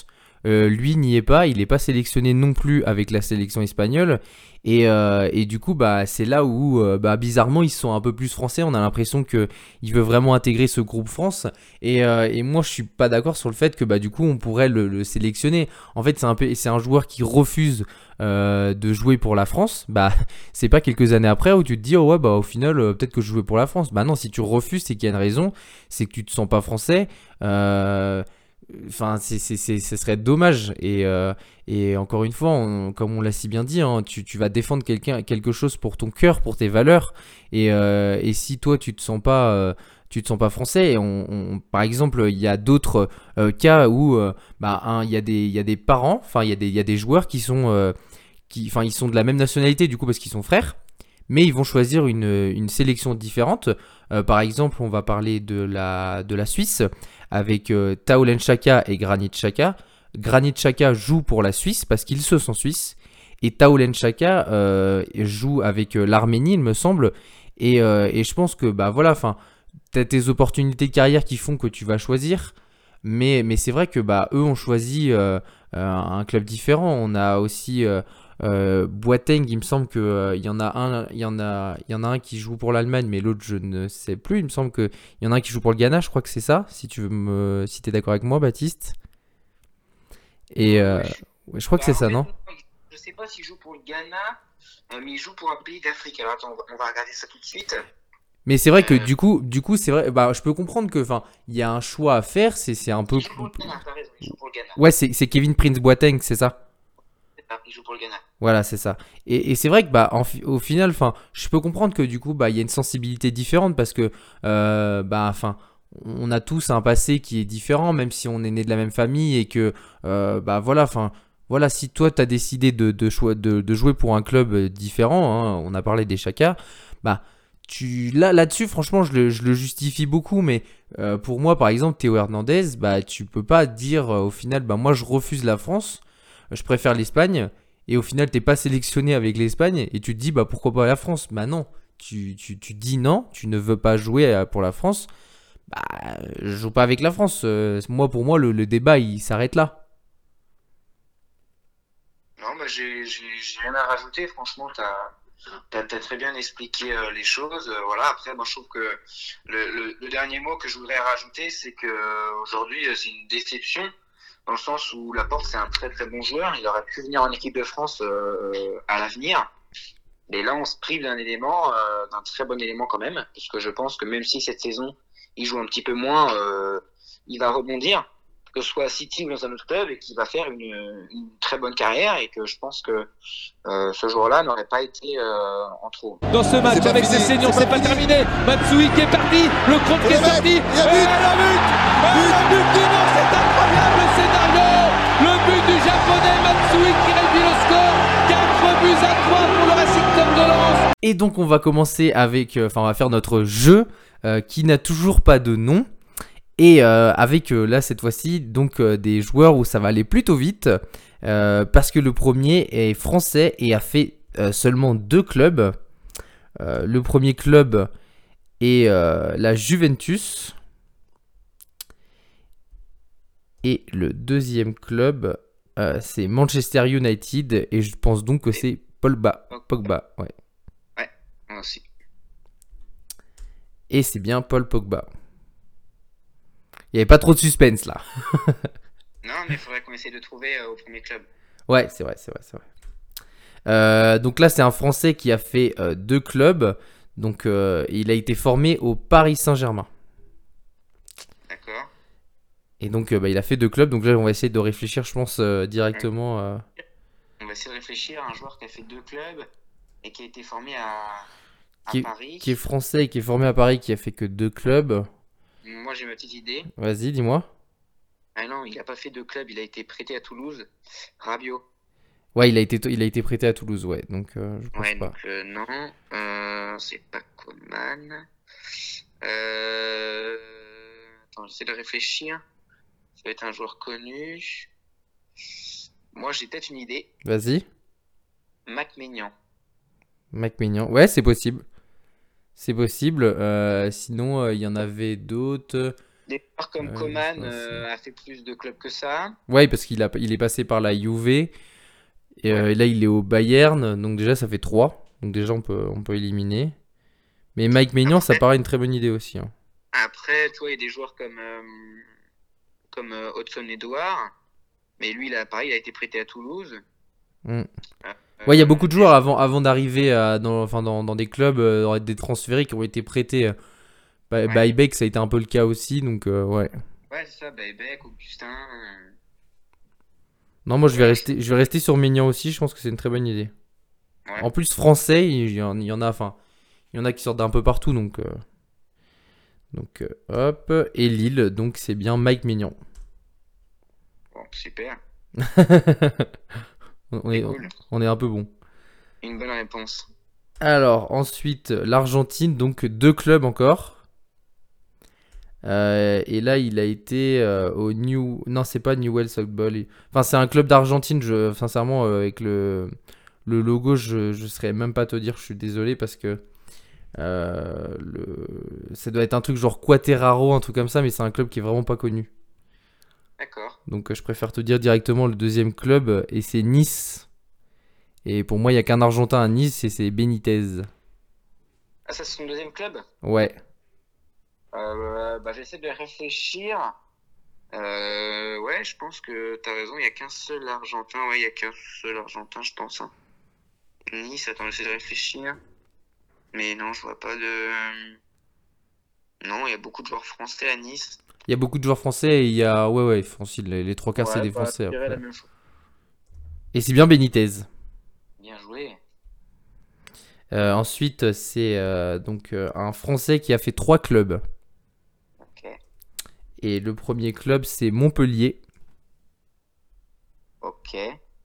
Euh, lui n'y est pas, il n'est pas sélectionné non plus avec la sélection espagnole. Et, euh, et du coup, bah, c'est là où, euh, bah, bizarrement, ils sont un peu plus français. On a l'impression qu'il veut vraiment intégrer ce groupe France. Et, euh, et moi, je suis pas d'accord sur le fait que, bah, du coup, on pourrait le, le sélectionner. En fait, c'est un, peu- c'est un joueur qui refuse euh, de jouer pour la France. Bah, c'est pas quelques années après où tu te dis, oh ouais, bah, au final, euh, peut-être que je jouais pour la France. Bah non, si tu refuses, c'est qu'il y a une raison. C'est que tu te sens pas français. Euh, Enfin, c'est, c'est, c'est- ce serait dommage. Et, euh, et encore une fois, on- comme on l'a si bien dit, hein, tu, tu vas défendre quelqu'un, quelque chose pour ton cœur, pour tes valeurs. Et, euh, et si toi, tu te sens pas, euh, tu te sens pas français, et on, on- par exemple, il y a d'autres euh, cas où, euh, bah, un, il y a des, il y a des parents, enfin, il y a des, il y a des joueurs qui sont, euh, qui, enfin, ils sont de la même nationalité du coup parce qu'ils sont frères. Mais ils vont choisir une, une sélection différente. Euh, par exemple, on va parler de la, de la Suisse avec euh, Taolen Chaka et Granit Xhaka. Granit Xhaka joue pour la Suisse parce qu'ils se sont suisses. Et Taolen Chaka euh, joue avec euh, l'Arménie, il me semble. Et, euh, et je pense que bah voilà, enfin, t'as tes opportunités de carrière qui font que tu vas choisir. Mais, mais c'est vrai que bah eux ont choisi euh, euh, un club différent. On a aussi euh, euh, Boateng, il me semble que euh, il y en a un, il y en a, il y en a un qui joue pour l'Allemagne, mais l'autre je ne sais plus. Il me semble que il y en a un qui joue pour le Ghana, je crois que c'est ça. Si tu veux me, si t'es d'accord avec moi, Baptiste. Et Ouais, euh, ouais, je- ouais, je crois que c'est bah, ça, non? honnêtement, je sais pas s'il joue pour le Ghana, euh, mais il joue pour un pays d'Afrique. Alors attends, on va, on va regarder ça tout de suite. Mais c'est vrai que Euh, du coup, du coup, c'est vrai. Bah, je peux comprendre que, enfin, il y a un choix à faire. C'est, c'est un peu. il joue pour le Ghana, t'as raison, il joue pour le Ghana. Ouais, c'est, c'est Kevin Prince Boateng, c'est ça? C'est ça, il joue pour le Ghana. Voilà, c'est ça. Et, et c'est vrai que bah en fi- au final, enfin, je peux comprendre que du coup, bah il y a une sensibilité différente parce que euh, bah enfin, on a tous un passé qui est différent, même si on est né de la même famille et que euh, bah voilà, enfin. Voilà, si toi tu as décidé de, de, choi- de, de jouer pour un club euh, différent, hein, on a parlé des Chaka, bah tu là là-dessus franchement je le, je le justifie beaucoup, mais euh, pour moi par exemple Théo Hernandez, bah tu peux pas dire euh, au final bah moi je refuse la France, je préfère l'Espagne, et au final t'es pas sélectionné avec l'Espagne et tu te dis bah pourquoi pas la France. Bah non, tu, tu, tu dis non, tu ne veux pas jouer euh, pour la France, bah je joue pas avec la France. Euh, moi pour moi le, le débat il s'arrête là. Non, bah j'ai j'ai- j'ai rien à rajouter. Franchement, t'as t'as t'as très bien expliqué euh, les choses. Euh, voilà. Après, moi, je trouve que le, le, le dernier mot que je voudrais rajouter, c'est que euh, aujourd'hui, euh, c'est une déception dans le sens où Laporte, c'est un très très bon joueur. Il aurait pu venir en équipe de France euh, à l'avenir. Mais là, on se prive d'un élément, euh, d'un très bon élément quand même, puisque je pense que même si cette saison, il joue un petit peu moins, euh, il va rebondir, que ce soit à City ou dans un autre club, et qu'il va faire une, une très bonne carrière, et que je pense que euh, ce joueur-là n'aurait pas été euh, en trop. Dans ce match C'est pas avec fini, ses seniors, c'est c'est pas pas fini. terminé. Matsui qui est parti, le croc qui est Réveil, sorti. il y a Et but. le but, Et le but du Nord, c'est incroyable le scénario. Le but du japonais Matsui qui réduit le score. quatre buts à trois pour le Racing Club de Lens. Et donc on va commencer avec, euh, enfin on va faire notre jeu euh, qui n'a toujours pas de nom. Et euh, avec euh, là cette fois-ci donc euh, des joueurs où ça va aller plutôt vite euh, parce que le premier est français et a fait euh, seulement deux clubs. Euh, le premier club est euh, la Juventus et le deuxième club euh, c'est Manchester United et je pense donc que c'est Pogba. Pogba, ouais. Ouais, moi aussi. Et c'est bien Paul Pogba. Il n'y avait pas trop de suspense là. Non, mais il faudrait qu'on essaie de trouver euh, au premier club. Ouais, c'est vrai, c'est vrai, c'est vrai. Euh, donc là, c'est un Français qui a fait euh, deux clubs. Donc, euh, il a été formé au Paris Saint-Germain. D'accord. Et donc, euh, bah, il a fait deux clubs. Donc là, on va essayer de réfléchir, je pense, euh, directement. euh, On va essayer de réfléchir à un joueur qui a fait deux clubs et qui a été formé à, à Qui est- Paris. qui est français et qui est formé à Paris, qui a fait que deux clubs. Moi, j'ai ma petite idée. Vas-y, dis-moi. Ah non, il n'a pas fait deux clubs, il a été prêté à Toulouse. Rabiot. Ouais, il a été, il a été prêté à Toulouse, ouais. Donc, euh, je pense Ouais, pas. donc euh, non, euh, c'est pas Coman. Euh... Attends, j'essaie de réfléchir. Ça va être un joueur connu. Moi, j'ai peut-être une idée. Vas-y. Mac Maignan. Mac Maignan. Ouais, c'est possible. C'est possible. Euh, sinon, euh, il y en avait d'autres. Des joueurs comme Ouais, Coman ça, c'est- euh, a fait plus de clubs que ça. Ouais, parce qu'il a, il est passé par la Juve. Et, euh, Ouais. et là, il est au Bayern. Donc déjà, ça fait trois. Donc déjà, on peut, on peut éliminer. Mais Mike Maignan, ça Après, paraît une très bonne idée aussi, hein. après, tu vois, il y a des joueurs comme, euh, comme euh, Hudson Edouard. Mais lui, là, pareil, il a été prêté à Toulouse. Mm. Euh, Ouais, il y a euh, beaucoup de des joueurs joueurs- avant, avant d'arriver à- dans, enfin, dans, dans des clubs, euh, dans des transférés qui ont été prêtés. euh, Bah, Ouais, Ibex, ça a été un peu le cas aussi. Donc, euh, ouais. ouais c'est ça, Baybeck, Augustin. euh, Non, moi, je vais Ouais, rester, je vais rester sur Maignan aussi. Je pense que c'est une très bonne idée. ouais. En plus, français, il y en, il y en a, enfin, il y en a qui sortent d'un peu partout. Donc, euh, donc euh, hop. Et Lille, donc c'est bien Mike Maignan. Bon, super. on, C'est est, cool. on est un peu bon. Une bonne réponse. Alors, ensuite, l'Argentine, donc deux clubs encore. Euh, et là, il a été euh, au New. Non, c'est pas Newell's Old Boys. Enfin, c'est un club d'Argentine. Je... Sincèrement, euh, avec le, le logo, je ne saurais même pas te dire. Je suis désolé parce que euh, le... ça doit être un truc genre Quateraro, un truc comme ça, mais c'est un club qui est vraiment pas connu. D'accord. Donc, euh, je préfère te dire directement le deuxième club, et c'est Nice. Et pour moi, il n'y a qu'un Argentin à Nice, et c'est Benitez. Ah, ça, c'est son deuxième club? Ouais. Euh, bah, j'essaie de réfléchir. Euh, ouais, je pense que t'as raison, il n'y a qu'un seul Argentin. Ouais, il n'y a qu'un seul Argentin, je pense, hein. Nice, attends, j'essaie de réfléchir. Mais non, je vois pas de... Non, il y a beaucoup de joueurs français à Nice. Il y a beaucoup de joueurs français, et il y a. Ouais, ouais, facile. Les, les trois quarts, c'est Ouais, des bah, Français je dirais après. la même chose. Et c'est bien Benitez. Bien joué. Euh, ensuite, c'est euh, donc euh, un Français qui a fait trois clubs. Ok. Et le premier club, c'est Montpellier. Ok.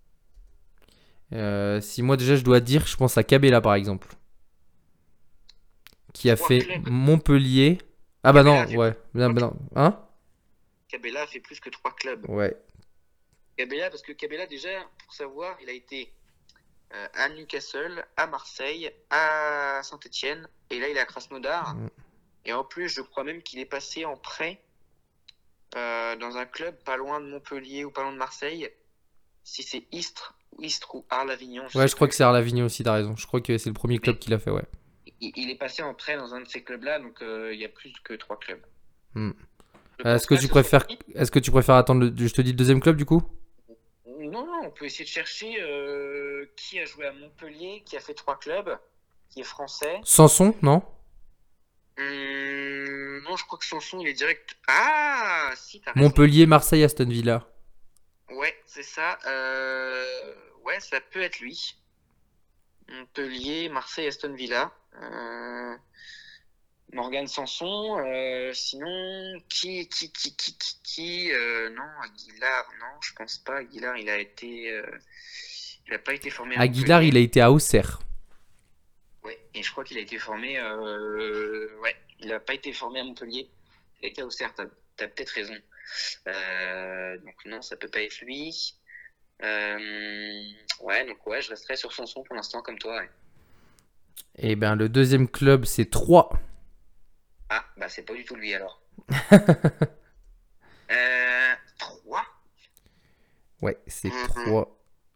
Euh, si moi déjà je dois dire, je pense à Cabella par exemple. Qui a Trois fait clubs. Montpellier. Ah bah Cabella non, fait ouais. Ah bah non. Hein? Cabella a fait plus que trois clubs. Ouais. Cabella, parce que Cabella, déjà, pour savoir, il a été euh, à Newcastle, à Marseille, à Saint-Etienne, et là, il est à Krasnodar. Mm. Et en plus, je crois même qu'il est passé en prêt euh, dans un club pas loin de Montpellier ou pas loin de Marseille. Si c'est Istres, Istres ou Arles-Avignon. Ouais, sais je crois plus. que c'est Arlavignon aussi, t'as raison. Je crois que c'est le premier club qu'il a fait, ouais. Il, il est passé en prêt dans un de ces clubs-là, donc euh, il y a plus que trois clubs. Mm. Je Euh, pense Est-ce que pas tu ce soit préfères, lui. est-ce que tu préfères attendre le... Je te dis le deuxième club du coup? Non, non, on peut essayer de chercher euh, qui a joué à Montpellier, qui a fait trois clubs, qui est français. Sanson, non? Hum, non, je crois que Sanson, il est direct. Ah, si, t'as raison. Montpellier, Marseille, Aston Villa. Ouais, c'est ça. Euh, Ouais, ça peut être lui. Montpellier, Marseille, Aston Villa. Euh... Morgan Sanson. Euh... Sinon, qui, qui, qui, qui, qui, qui euh... Non, Aguilar, non, je pense pas. Aguilar, il a été. Euh... Il a pas été formé à Aguilar, Montpellier. il a été à Auxerre. Ouais, et je crois qu'il a été formé. Euh... Ouais, il a pas été formé à Montpellier. Il a été à Auxerre, t'as, t'as peut-être raison. Euh... Donc, non, ça peut pas être lui. Euh... Ouais, donc ouais, je resterai sur Sanson pour l'instant, comme toi. Ouais. Et ben le deuxième club, c'est Troyes. Ah, bah c'est pas du tout lui alors. euh... trois. Ouais, c'est Mhm. Troyes.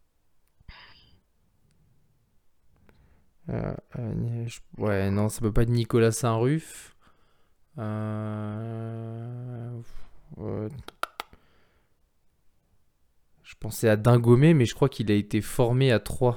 Euh, euh, je- Ouais, non, ça peut pas être Nicolas Saint-Ruf. Euh... ouais. Je pensais à Dingomé, mais je crois qu'il a été formé à Troyes.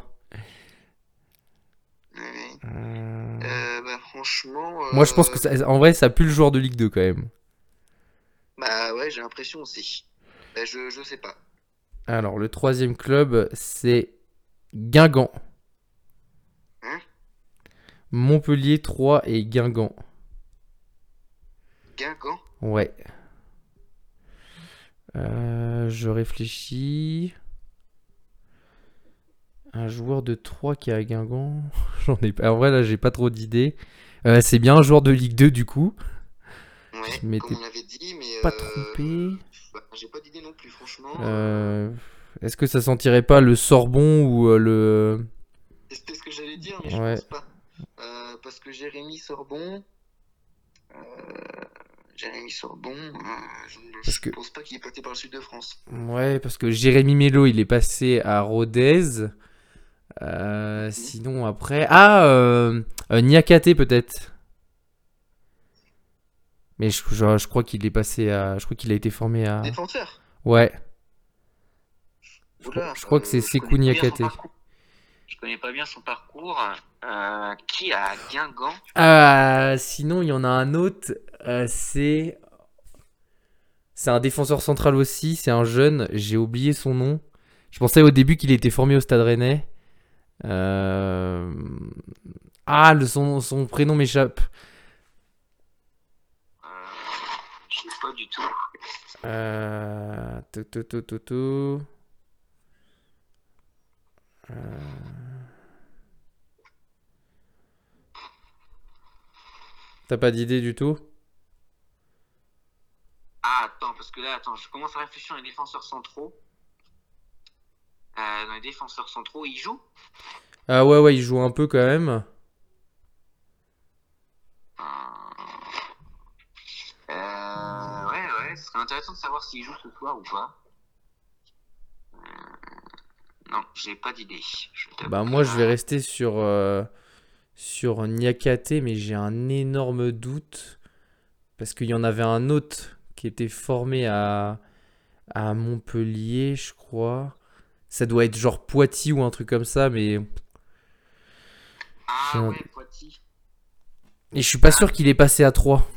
Ouais. Euh, Euh, bah franchement. Moi, je pense que euh, ça, en vrai, ça pue le joueur de Ligue deux quand même. Bah ouais, j'ai l'impression aussi. Bah, je, je sais pas. Alors, le troisième club, c'est Guingamp. Hein? Montpellier, Troyes et Guingamp. Guingamp? Ouais. Euh, je réfléchis. Un joueur de Troyes qui est à Guingamp. J'en ai pas. En vrai, là, j'ai pas trop d'idées. Euh, c'est bien un joueur de Ligue deux, du coup. Ouais, Je comme m'étais on l'avait dit, mais. pas euh, trompé. bah, j'ai pas d'idée non plus, franchement. Euh, Est-ce que ça sentirait pas le Sorbon ou euh, le. C'était ce que j'allais dire, mais Ouais. je pense pas. Euh, parce que Jérémy Sorbon. Euh... Jérémy Sorbon, euh, je ne Parce que- pense pas qu'il est passé par le sud de France. Ouais, parce que Jérémy Mello, il est passé à Rodez. Euh, sinon, après. Ah, euh, euh, Niakate, peut-être. Mais je, je- je crois qu'il est passé à. Je crois qu'il a été formé à. Défenseur. Ouais. Je, Oula, je crois que c'est euh, je Sekou connais pas bien son Niakate. parcours. Je connais pas bien son parcours. Euh, qui a Guingamp? Euh, sinon, il y en a un autre. euh, c'est. C'est un défenseur central aussi. C'est un jeune. J'ai oublié son nom. Je pensais au début qu'il était formé au Stade Rennais. Euh, Ah, le, son, son prénom m'échappe. Euh, je sais pas du tout. Euh... tout, tout, tout, tout, tout. Euh, T'as pas d'idée du tout? Ah, attends, parce que là, attends, je commence à réfléchir à les défenseurs centraux. Euh, dans les défenseurs centraux, il joue? Ah ouais, ouais, il joue un peu quand même. Euh, euh, ouais, ouais, ce serait intéressant de savoir s'il joue ce soir ou pas. Euh, non, j'ai pas d'idée. Je t'avoue Bah moi, que- je vais rester sur, euh, sur Niakate, mais j'ai un énorme doute. Parce qu'il y en avait un autre qui était formé à, à Montpellier, je crois. Ça doit être genre Poitiers ou un truc comme ça, mais... Ah j'ai un- ouais, Poitiers. Et je suis pas sûr qu'il est passé à trois.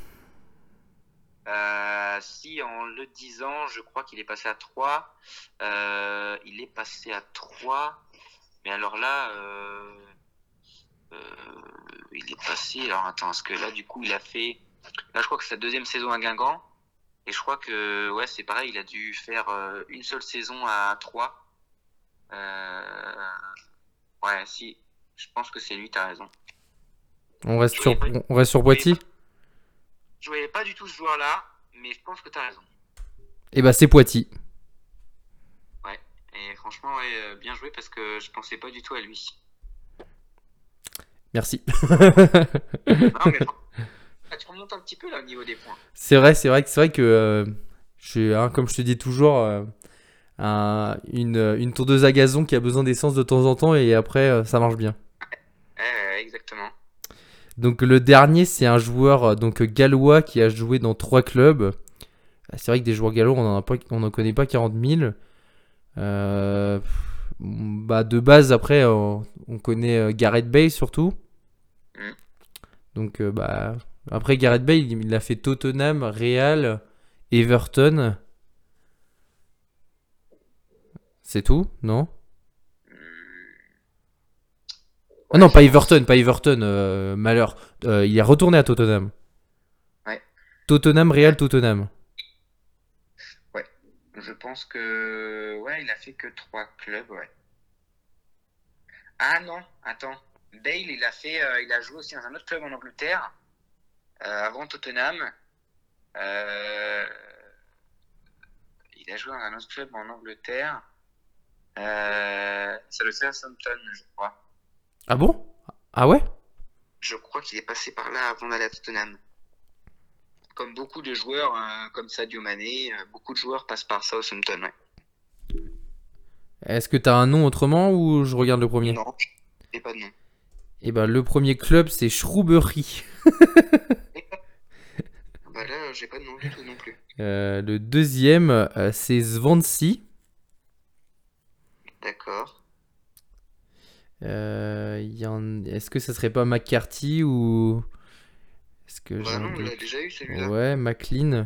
Euh, si en le disant, je crois qu'il est passé à trois. Euh, il est passé à trois. Mais alors là, euh, euh, il est passé. Alors attends, parce que là, du coup, il a fait. Là, je crois que c'est sa deuxième saison à Guingamp. Et je crois que, ouais, c'est pareil, il a dû faire euh, une seule saison à trois. Euh, ouais, si. Je pense que c'est lui, t'as raison. On reste sur, on reste sur Poitiers? Je voyais pas du tout ce joueur-là, mais je pense que t'as raison. Et bah c'est Poitiers. Et franchement, ouais, euh, bien joué parce que je pensais pas du tout à lui. Merci. Non, mais ah, tu remontes un petit peu là au niveau des points. C'est vrai, c'est vrai que c'est vrai que euh, je suis, hein, comme je te dis toujours, euh, un- une, une tondeuse à gazon qui a besoin d'essence de temps en temps et après euh, ça marche bien. Ouais, exactement. Donc le dernier, c'est un joueur euh, donc gallois qui a joué dans trois clubs. Ah, c'est vrai que des joueurs gallois, on en a pas, on en connaît pas quarante mille. Euh, bah de base après, on, on connaît euh, Gareth Bale surtout. Mm. Donc euh, bah après Gareth Bale, il, il a fait Tottenham, Real, Everton. C'est tout, non? Ah non, pas Everton, pas Everton, euh, malheur. Euh, il est retourné à Tottenham. Ouais. Tottenham, Real, Tottenham. Je pense que ouais, il a fait que trois clubs, ouais. Ah non, attends. Bale, il a fait, euh, il a joué aussi dans un autre club en Angleterre euh, avant Tottenham. Euh, il a joué dans un autre club en Angleterre. Euh, c'est le Southampton, je crois. Ah bon? Ah ouais? Je crois qu'il est passé par là avant d'aller à Tottenham. Comme beaucoup de joueurs, euh, comme Sadio Mané, euh, beaucoup de joueurs passent par Southampton, ouais. Est-ce que t'as un nom autrement ou je regarde le premier? Non, j'ai pas de nom. Eh ben le premier club c'est Shrewsbury. Bah là, j'ai pas de nom du tout non plus. Euh, le deuxième euh, c'est Swansea. D'accord. Euh, y en- Est-ce que ça serait pas McCarthy ou... Est-ce que j'ai Bah un non, on l'a doute? déjà eu celui-là. Ouais, McLean.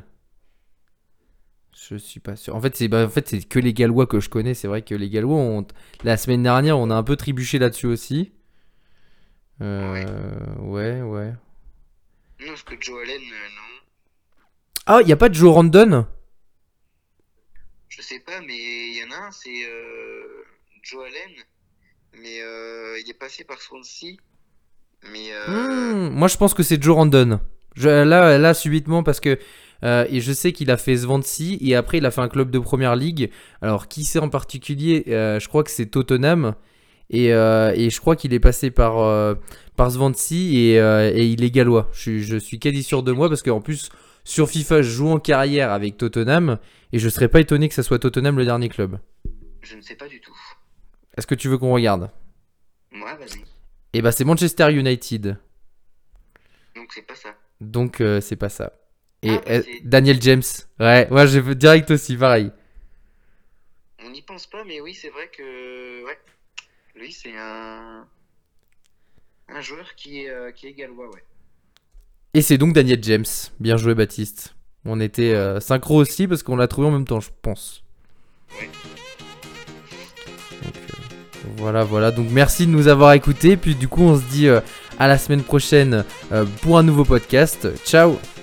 Je suis pas sûr. En fait, c'est bah, en fait, c'est que les Gallois que je connais. C'est vrai que les Gallois, ont... la semaine dernière, on a un peu trébuché là-dessus aussi. Euh, ouais, ouais. Non, parce que Joe Allen, euh, non. Ah, il y a pas de Joe Rondon? Je sais pas, mais il y en a un, c'est euh, Joe Allen. Mais euh, il est passé par Swansea. Mais euh, Hmm, moi, je pense que c'est Joe Rondon. Je, là, là, subitement, parce que euh, et je sais qu'il a fait Swansea et après, il a fait un club de première ligue. Alors, qui c'est en particulier? Euh, Je crois que c'est Tottenham. Et, euh, et je crois qu'il est passé par, euh, par Swansea et, euh, et il est gallois. Je, suis- je suis quasi sûr de moi parce qu'en plus, sur FIFA joue en carrière avec Tottenham et je serais pas étonné que ça soit Tottenham le dernier club. Je ne sais pas du tout. Est-ce que tu veux qu'on regarde ? Moi, vas-y. Eh bah c'est Manchester United. Donc c'est pas ça. Donc euh, c'est pas ça. Et Ah, bah, euh, c'est- Daniel James. Ouais, moi j'ai fait direct aussi, pareil. On n'y pense pas, mais oui, c'est vrai que ouais. Lui, c'est un un joueur qui est euh, qui est gallois, ouais. Et c'est donc Daniel James. Bien joué Baptiste. On était euh, synchro aussi parce qu'on l'a trouvé en même temps, je pense. Ouais. Donc, euh, voilà, voilà. Donc merci de nous avoir écoutés. Puis du coup, on se dit euh, à la semaine prochaine euh, pour un nouveau podcast. Ciao.